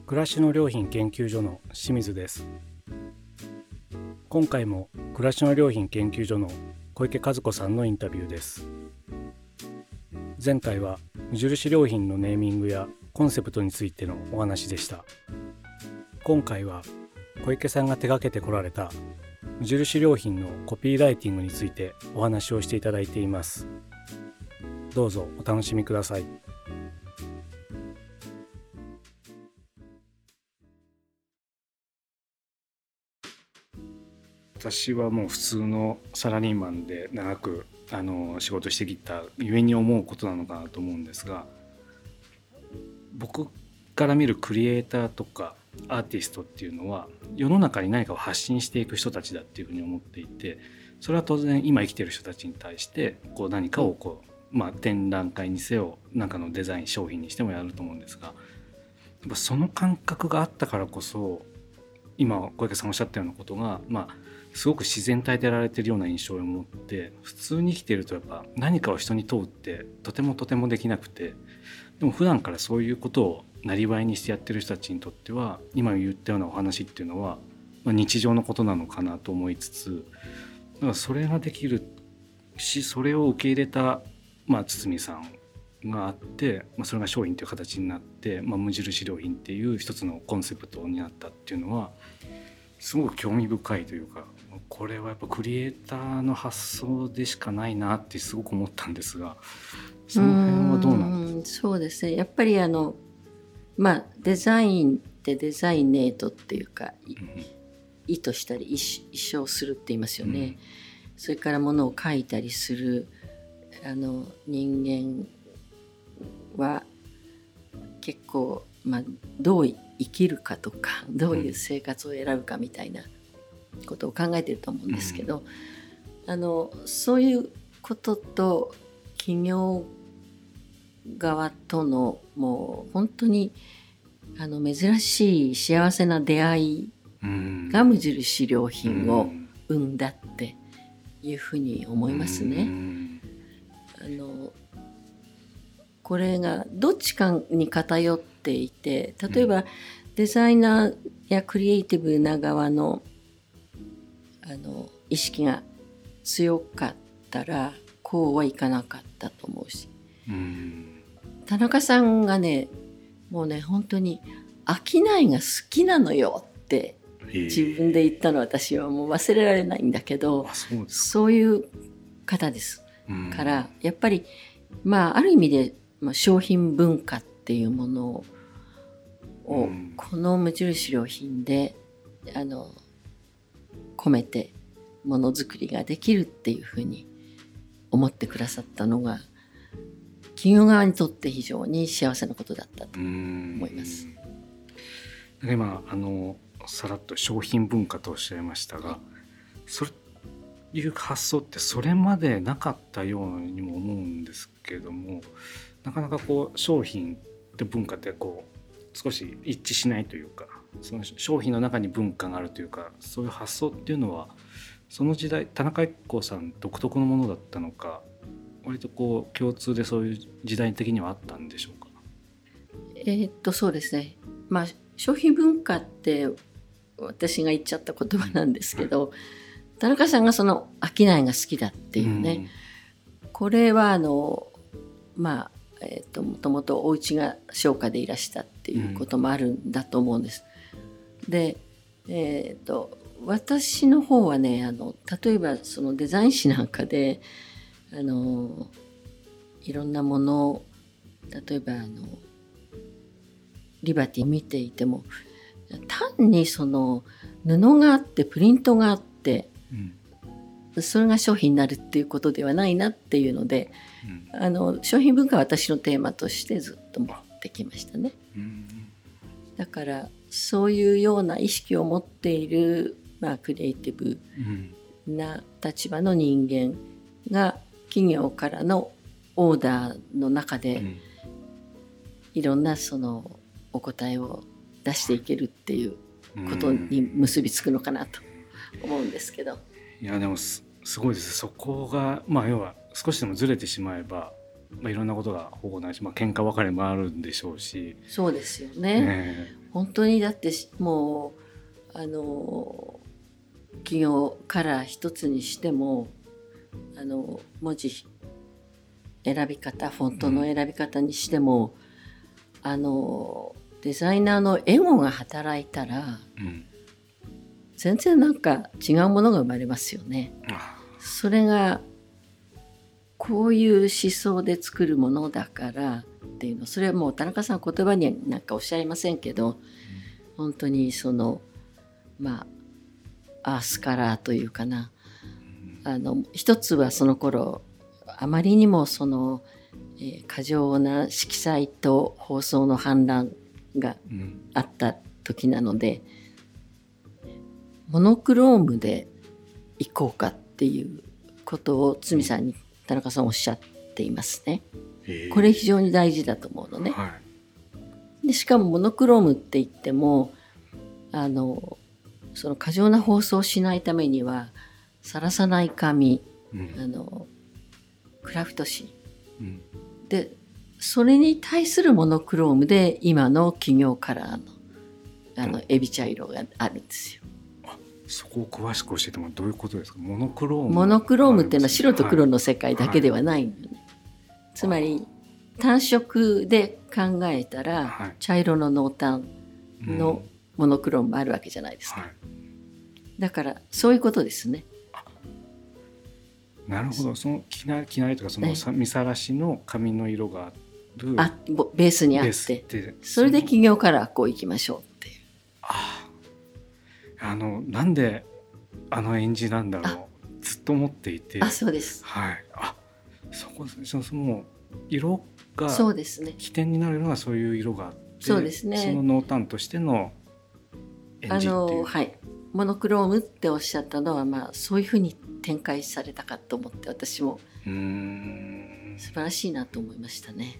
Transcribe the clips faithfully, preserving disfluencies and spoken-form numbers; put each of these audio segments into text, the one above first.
暮らしの良品研究所の清水です。今回も暮らしの良品研究所の小池和子さんのインタビューです。前回は無印良品のネーミングやコンセプトについてのお話でした。今回は小池さんが手掛けてこられた無印良品のコピーライティングについてお話をしていただいています。どうぞお楽しみください。私はもう普通のサラリーマンで長くあの仕事してきたゆえに思うことなのかなと思うんですが、僕から見るクリエイターとかアーティストっていうのは世の中に何かを発信していく人たちだっていうふうに思っていて、それは当然今生きている人たちに対してこう何かをこう、まあ、展覧会にせよ何かのデザイン商品にしてもやると思うんですが、やっぱその感覚があったからこそ今小池さんおっしゃったようなことが、まあ、すごく自然体でやられているような印象を持って、普通に生きているとやっぱ何かを人に問うってとてもとてもできなくて、でも普段からそういうことをなりわいにしてやってる人たちにとっては今言ったようなお話っていうのは、まあ、日常のことなのかなと思いつつ、だからそれができるし、それを受け入れた、まあ、堤さんがあって、まあ、それが商品という形になって、まあ、無印良品っていう一つのコンセプトになったっていうのはすごく興味深いというか、これはやっぱクリエイターの発想でしかないなってすごく思ったんですが、その辺はどうなんですか？ そうですね、やっぱりあのまあデザインってデザイネートっていうか、うん、意図したり意匠するって言いますよね、うん、それからものを描いたりするあの人間は結構、まあ、どう生きるかとかどういう生活を選ぶかみたいなことを考えていると思うんですけど、うん、あのそういうことと企業側とのもう本当にあの珍しい幸せな出会いが無印良品を生んだっていうふうに思いますね。うん、あのこれがどっちかに偏っていて、例えばデザイナーやクリエイティブな側のあの意識が強かったらこうはいかなかったと思うし、うん、田中さんがねもうね本当に商いが好きなのよって自分で言ったの、私はもう忘れられないんだけど、そうです、そういう方です、うん、からやっぱりまあある意味で、まあ、商品文化っていうものを、うん、この無印良品であの込めてものづくりができるっていうふうに思ってくださったのが企業側にとって非常に幸せなことだったと思います。 今あのさらっと商品文化とおっしゃいましたが、そういう発想ってそれまでなかったようにも思うんですけども、なかなかこう商品って文化ってこう少し一致しないというか、その商品の中に文化があるというか、そういう発想っていうのはその時代田中一行さん独特のものだったのか、割とこう共通でそういう時代的にはあったんでしょうか？ えー、っとそうですね、まあ商品文化って私が言っちゃった言葉なんですけど、うん、田中さんがその商いが好きだっていうね、うん、これはあのまあ、えー、っともともとお家が商家でいらしたっていうこともあるんだと思うんです、うん、で、えー、っと私の方はね、あの例えばそのデザイン誌なんかであのいろんなものを例えばあのリバティを見ていても単にその布があってプリントがあって、うん、それが商品になるっていうことではないなっていうので、うん、あの商品文化は私のテーマとしてずっと持ってきましたね、うん、だからそういうような意識を持っている、まあ、クリエイティブな立場の人間が企業からのオーダーの中で、うん、いろんなそのお答えを出していけるっていうことに結びつくのかなと思うんですけど、 いやでも す, すごいです。そこが、まあ、要は少しでもずれてしまえばまあ、いろんなことが保護ないし、まあ喧嘩別れもあるんでしょうし。 そうですよね。 ね、 本当にだってもうあの企業から一つにしてもあの文字選び方フォントの選び方にしても、うん、あのデザイナーのエゴが働いたら、うん、全然なんか違うものが生まれますよね。それがこういう思想で作るものだからっていうの、それはもう田中さん言葉になんかおっしゃいませんけど、うん、本当にそのまあアースカラーというかな、うん、あの一つはその頃あまりにもその、えー、過剰な色彩と放送の氾濫があった時なので、うん、モノクロームでいこうかっていうことを堤さんに田中さんおっしゃっていますね。これ非常に大事だと思うのね。はい、でしかもモノクロームって言ってもあのその過剰な放送をしないためにはさらさない紙、うん、あのクラフト紙、うん、でそれに対するモノクロームで今の企業カラーのあのエビ茶色があるんですよ。 あ、そこを詳しく教えてもどういうことですか？モノクローム。 モノクロームっていうのは白と黒の世界だけではないんだよね。はいはい、つまり単色で考えたら、はい、茶色の濃淡のモノクロームもあるわけじゃないですか。はい、だからそういうことですね。 なるほど。そのきなりとかその見さらしの紙の色があるあベースにあって、それで企業カラーこういきましょうっていう。 ああ、あのなんであの演じなんだろうずっと思っていて。 あ、そうです。 はい。あ、そこそのその色がそうですね。 起点になるのはそういう色があって、 そうですね。 その濃淡としての演じっていう。あのはい。モノクロームっておっしゃったのは、まあ、そういうふうに展開されたかと思って私もうーん素晴らしいなと思いましたね。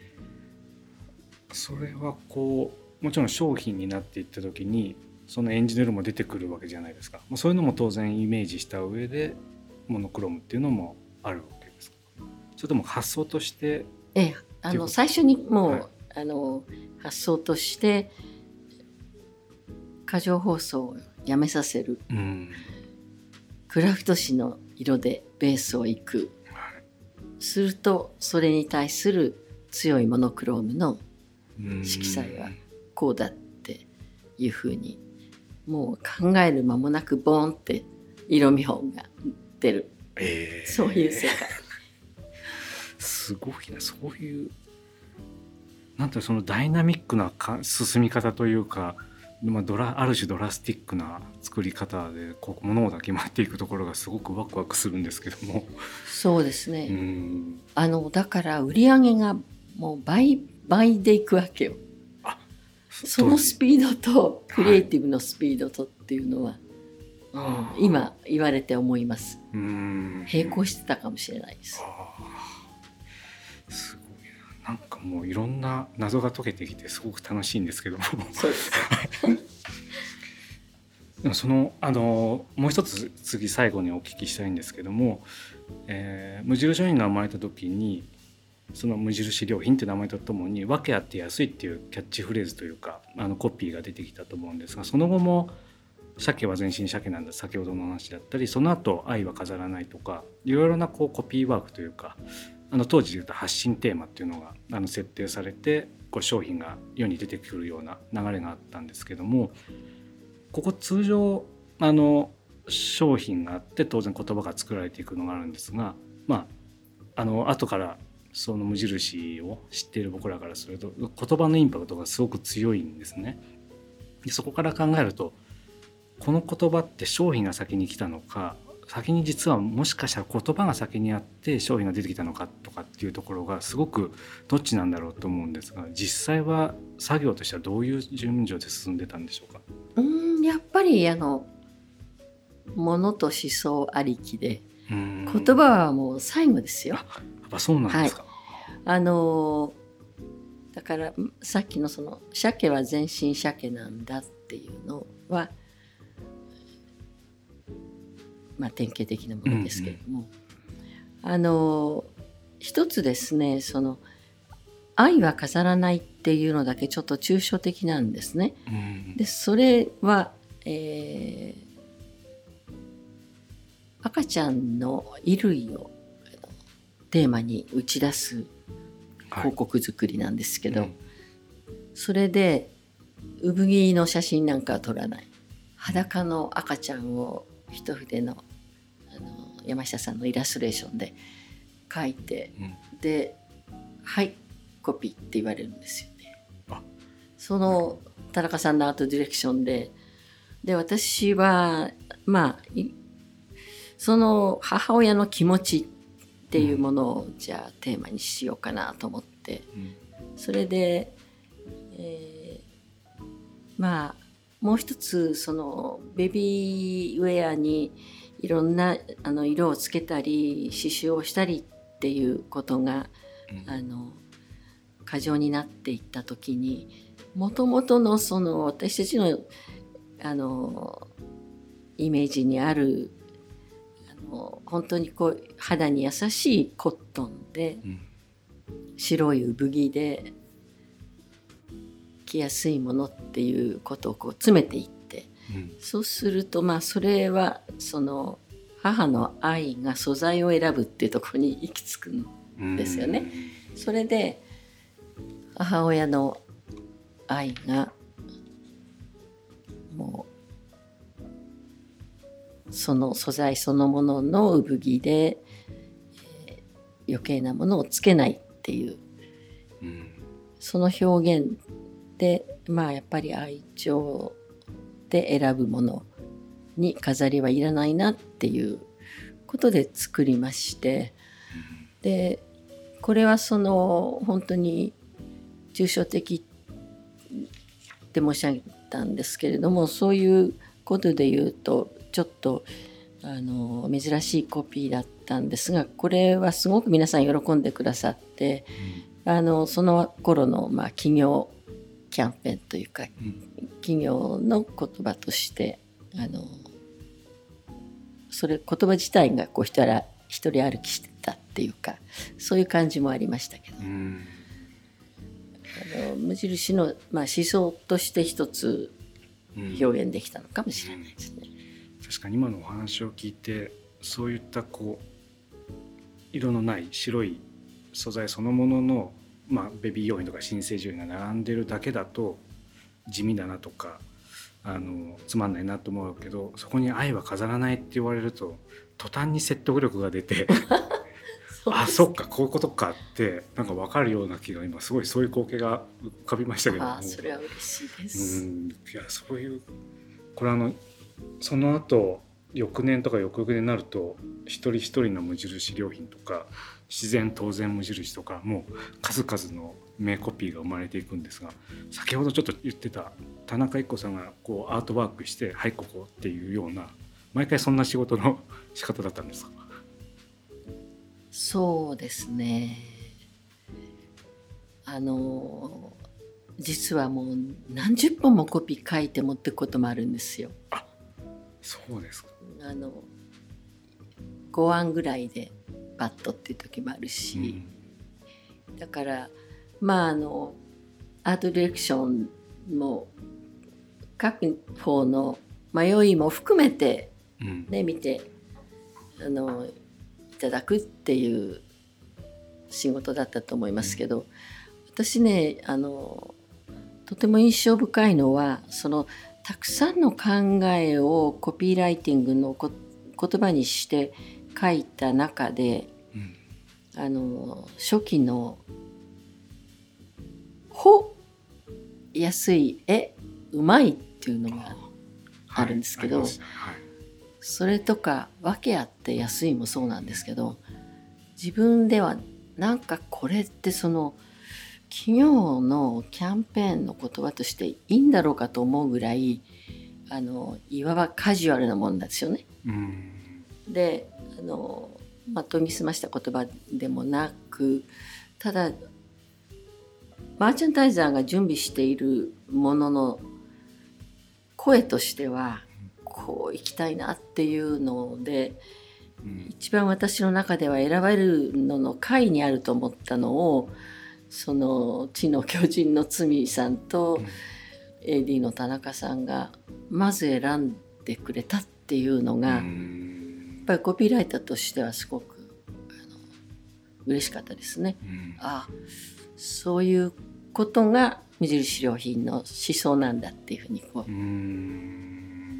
それはこうもちろん商品になっていった時にそのエンジニアも出てくるわけじゃないですか。そういうのも当然イメージした上でモノクロームっていうのもあるわけですか？それとも発想として？ ええ、あの最初にもう、はい、あの発想として過剰放送をやめさせる、うん、クラフト紙の色でベースをいく、はい、するとそれに対する強いモノクロームの色彩はこうだっていうふうにもう考える間もなくボーンって色見本が出る、えー、そういう世界すごいな。そういうなんていうそのダイナミックなか進み方というか、まあ、ドラある種ドラスティックな作り方でこう物が決まっていくところがすごくワクワクするんですけども。 そうですね。うん、あのだから売り上げがもう倍倍でいくわけよ。あ、そのスピードとクリエイティブのスピードとっていうのは、はい、うん、今言われて思います。うん、並行してたかもしれないです。 すごいな。なんかもういろんな謎が解けてきてすごく楽しいんですけども。 そうですでもそのあのもう一つ次最後にお聞きしたいんですけども、えー、無印良品が生まれた時にその無印良品って名前とともに訳あって安いっていうキャッチフレーズというかあのコピーが出てきたと思うんですが、その後も鮭は全身鮭なんだ先ほどの話だったり、その後愛は飾らないとかいろいろなこうコピーワークというかあの当時で言うと発信テーマっていうのがあの設定されてこう商品が世に出てくるような流れがあったんですけども、ここ通常あの商品があって当然言葉が作られていくのがあるんですが、まああの後からその無印を知っている僕らからすると言葉のインパクトがすごく強いんですね。でそこから考えるとこの言葉って商品が先に来たのか、先に実はもしかしたら言葉が先にあって商品が出てきたのかとかっていうところがすごくどっちなんだろうと思うんですが、実際は作業としてはどういう順序で進んでたんでしょうか？ うーんやっぱりあの物と思想ありきで、言葉はもう最後ですよ。 あ、やっぱそうなんですか。 はい、あのだからさっきのその鮭は全身鮭なんだっていうのはまあ典型的なものですけれども、うんうん、あの一つですね、その愛は飾らないっていうのだけちょっと抽象的なんですね。 うん、 でそれは、えー、赤ちゃんの衣類をテーマに打ち出す広告作りなんですけど、はい、うん、それで産着の写真なんかは撮らない、裸の赤ちゃんを一筆の、あの山下さんのイラストレーションで描いて、うん、ではいコピーって言われるんですよね。あ、その田中さんのアートディレクションで、で私はまあその母親の気持ちっていうものをじゃあテーマにしようかなと思って、うん、それで、えー、まあもう一つそのベビーウェアにいろんなあの色をつけたり刺繍をしたりっていうことが、うん、あの過剰になっていった時に、もともとのその私たちのあのイメージにあるあの本当にこう肌に優しいコットンで、うん、白い産着で着やすいものっていうことをこう詰めていって、うん、そうするとまあそれはその母の愛が素材を選ぶっていうところに行き着くんですよね。それで母親の愛がもうその素材そのものの産着で、えー、余計なものをつけないっていう、うん、その表現でまあやっぱり愛情で選ぶものに飾りはいらないなっていうことで作りまして、うん、でこれはその本当に抽象的って申し上げたんですけれども、そういうことで言うとちょっとあの珍しいコピーだったんですが、これはすごく皆さん喜んでくださって、うん、あのその頃のまあ企業キャンペーンというか、うん、企業の言葉としてあのそれ言葉自体がこう一人一人歩きしてたっていうか、そういう感じもありましたけど、うん、あの無印の、まあ、思想として一つ表現できたのかもしれないですね。 うん、確かに今のお話を聞いて、そういったこう色のない白い素材そのものの、まあ、ベビー用品とか新生児用品が並んでるだけだと地味だなとかあのつまんないなと思うけど、そこに愛は飾らないって言われると途端に説得力が出てあ、そっかこういうことかってなんか分かるような気が、今すごいそういう光景が浮かびましたけども。 あ、それは嬉しいです。 うん、いやそういうこれあのその後翌年とか翌々年になると一人一人の無印良品とか自然当然無印とかもう数々の名コピーが生まれていくんですが、先ほどちょっと言ってた田中一子さんがこうアートワークしてはいここっていうような、毎回そんな仕事の仕方だったんですか？ そうですね、あの実はもう何十本もコピー書いて持ってくこともあるんですよ。 あ、そうですか。 あのごあんぐらいでパッとっていう時もあるし、うん、だからまああのアートディレクションも書く方の迷いも含めて、ね、うん、見てあのいただくっていう仕事だったと思いますけど、うん、私ねあのとても印象深いのはそのたくさんの考えをコピーライティングのこ言葉にして書いた中で、うん、あの初期のほ安いえうまいっていうのがあるんですけど、はいはい、それとか訳あって安いもそうなんですけど、自分ではなんかこれってその企業のキャンペーンの言葉としていいんだろうかと思うぐらいあのいわばカジュアルなもんなんですよね。うん、であの、まあ、研ぎ澄ました言葉でもなく、ただマーチャンダイザーが準備しているものの声としてはこういきたいなっていうので、 うん、 一番私の中では選ばれるのの下位にあると思ったのを、その知の巨人の堤さんと エーディー の田中さんがまず選んでくれたっていうのが、うん、やっぱりコピーライターとしてはすごくあの嬉しかったですね。うん、あ、そういうことが無印良品の思想なんだっていうふうにこう、うん、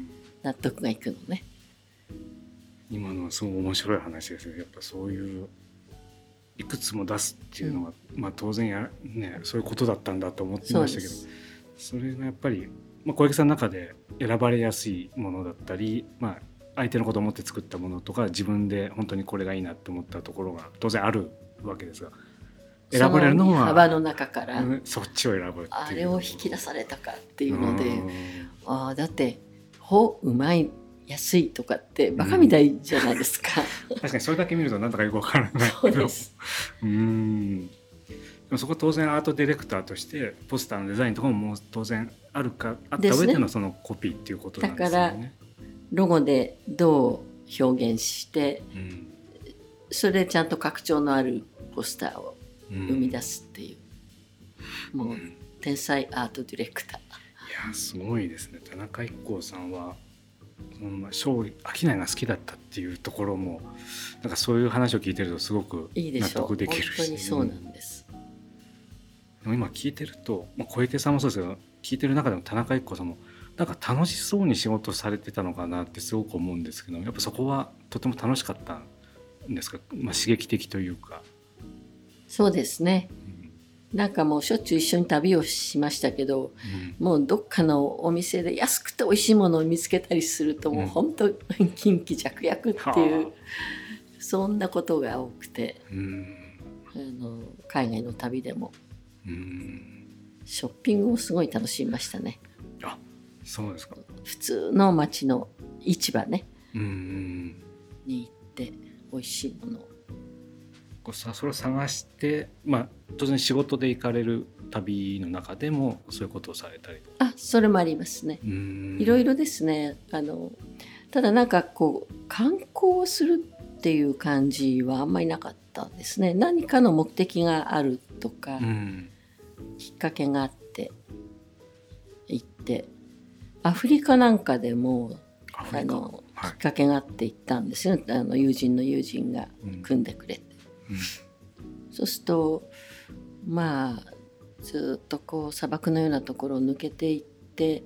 納得がいくのね。 今のはすごい面白い話ですね。やっぱそういういくつも出すっていうのは、うん、まあ当然や、ね、そういうことだったんだと思ってましたけど、 そ, それがやっぱり、まあ、小池さんの中で選ばれやすいものだったり、まあ、相手のことを思って作ったものとか、自分で本当にこれがいいなと思ったところが当然あるわけですが、選ばれるのは幅の中から、うん、 そっちを選ぶっていう、 あれを引き出されたかっていうので、ああだってほうまい安いとかってバカみたいじゃないですか、 うん、確かにそれだけ見るとなんだかよくわからないそうですうーん、でもそこ当然アートディレクターとしてポスターのデザインとかももう当然あるかあった上でのそのコピーっていうことなんですよね。 だからロゴでどう表現して、うん、それでちゃんと格調のあるポスターを生み出すっていう、うん、もう天才アートディレクター。 いやすごいですね。田中一行さんは商いが好きだったっていうところもなんかそういう話を聞いてるとすごく納得できるし、 いいでしょう。本当にそうなんです。 でも今聞いてると、まあ、小池さんもそうですけど、聞いてる中でも田中一行さんもなんか楽しそうに仕事されてたのかなってすごく思うんですけど、やっぱそこはとても楽しかったんですか、まあ、刺激的というか。 そうですね、うん、なんかもうしょっちゅう一緒に旅をしましたけど、うん、もうどっかのお店で安くて美味しいものを見つけたりするともう本当近畿弱役っていう、うん、そんなことが多くて、うん、あの海外の旅でも、うん、ショッピングをすごい楽しみましたね。 あ、そうですか。 普通の町の市場ね、うん、に行って美味しいものをそれを探して、まあ、当然仕事で行かれる旅の中でもそういうことをされたりとか。 あ、それもありますね。いろいろですね。あのただなんかこう観光をするっていう感じはあんまりなかったですね。何かの目的があるとか、うん、きっかけがあって行って、アフリカなんかでもあの、はい、きっかけがあって行ったんですよ。あの友人の友人が組んでくれて、うんうん、そうするとまあずっとこう砂漠のようなところを抜けていって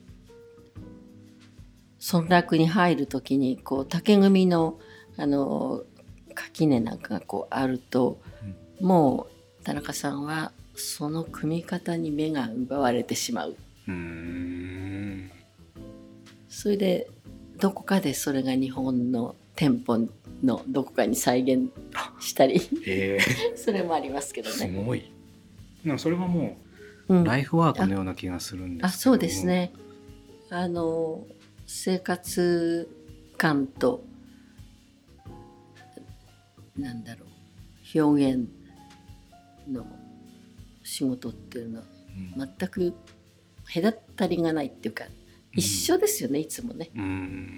村落に入るときにこう竹組のあの垣根なんかがこうあると、うん、もう田中さんはその組み方に目が奪われてしまう。うーん、それでどこかでそれが日本の店舗のどこかに再現したり、えー、それもありますけどね。 すごい。なんかそれはもうライフワークのような気がするんですけども、うん、あ、あ、 そうですね。あの生活感となんだろう表現の仕事っていうのは全く隔たりがないっていうか、うん、一緒ですよね、いつもね。うん、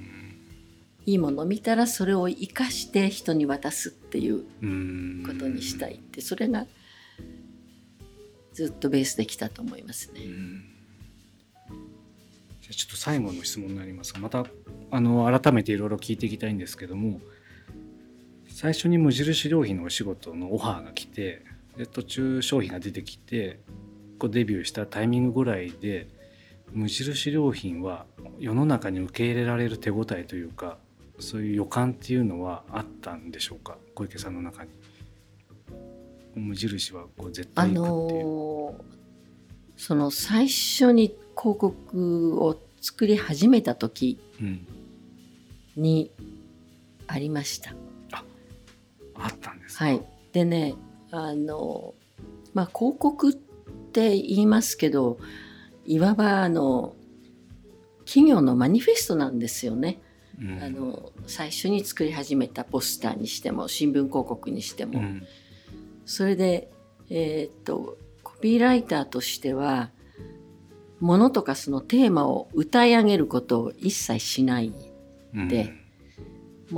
いいもの見たらそれを生かして人に渡すっていうことにしたいって、それがずっとベースできたと思いますね。うん、 じゃあちょっと最後の質問になりますが、またあの改めていろいろ聞いていきたいんですけども、最初に無印良品のお仕事のオファーが来て、で途中商品が出てきてこうデビューしたタイミングぐらいで、無印良品は世の中に受け入れられる手応えというか、そういう予感っていうのはあったんでしょうか、小池さんの中に。無印はこう絶対行くっていう、あのー、 その最初に広告を作り始めた時にありました。うん、 あ、あったんですか。 はい。でね、あのまあ広告って言いますけど、いわばあの企業のマニフェストなんですよね。うん、あの最初に作り始めたポスターにしても新聞広告にしても、うん、それで、えー、っとコピーライターとしてはものとかそのテーマを歌い上げることを一切しないで、うん、もう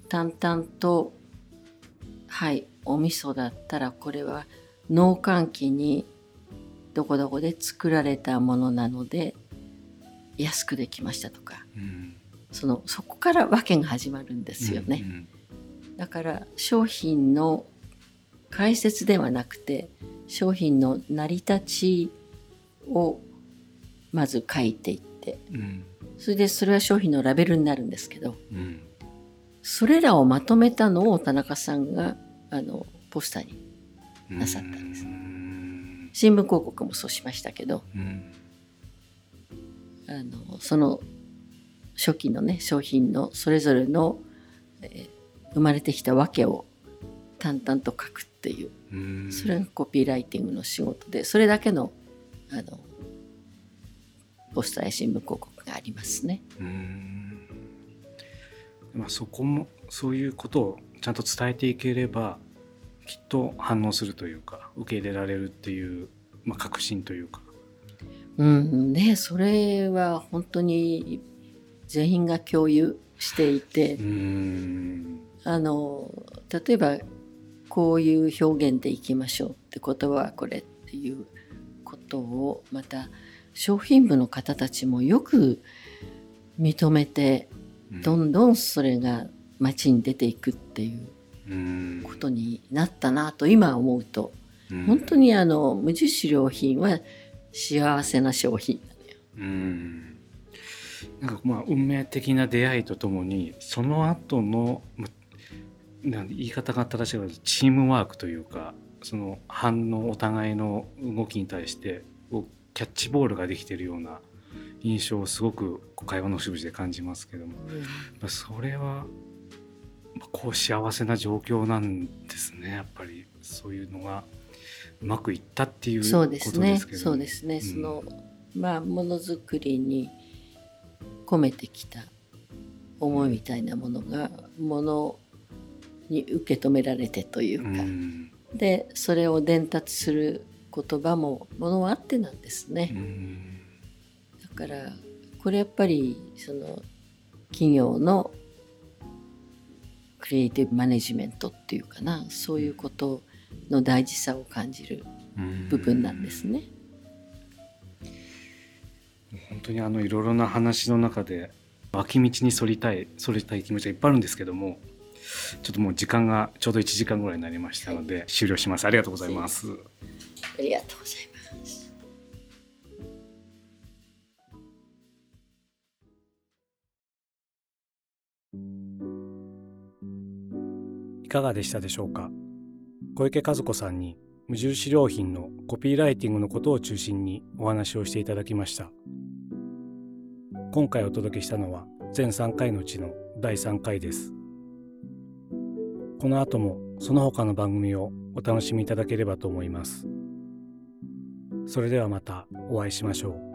淡々と、はい、お味噌だったらこれは農閑期にどこどこで作られたものなので安くできましたとか、うん、そのそこから訳が始まるんですよね、うんうん、だから商品の解説ではなくて商品の成り立ちをまず書いていって、うん、それでそれは商品のラベルになるんですけど、うん、それらをまとめたのを田中さんがあのポスターになさったんです。新聞広告もそうしましたけど、うん、あのその初期のね商品のそれぞれの、えー、生まれてきた訳を淡々と書くっていう、うん、それがコピーライティングの仕事で、それだけのあのポスターや新聞広告がありますね。 うん、まあ、そこもそういうことをちゃんと伝えていければきっと反応するというか受け入れられるっていう、まあ、確信というか、 うんね、それは本当に全員が共有していて、うーんあの例えばこういう表現でいきましょうって言葉はこれっていうことをまた商品部の方たちもよく認めて、どんどんそれが街に出ていくっていうことになったなと今思うと、本当にあの無印良品は幸せな商品なのよ。うん、 なんかまあ運命的な出会いとともにその後のなん言い方が正しいのはチームワークというか、その反応お互いの動きに対してキャッチボールができているような印象をすごく会話の節々で感じますけども、うん、それはこう幸せな状況なんですね。やっぱりそういうのがうまくいったっていうことですけど、 そうですね、そのまあものづくりに込めてきた思いみたいなものがものに受け止められてというか、うん、でそれを伝達する言葉もものはあってなんですね、うん、だからこれやっぱりその企業のクリエイティブマネジメントっていうかな、そういうことの大事さを感じる部分なんですね。 本当にあのいろいろな話の中で脇道に反りたい反りたい気持ちがいっぱいあるんですけども、ちょっともう時間がちょうどいちじかんぐらいになりましたので、はい、終了します。ありがとうございます。 ありがとうございます。 いかがでしたでしょうか。小池和子さんに無印良品のコピーライティングのことを中心にお話をしていただきました。今回お届けしたのは全さんかいのうちのだいさんかいです。この後もその他の番組をお楽しみいただければと思います。それではまたお会いしましょう。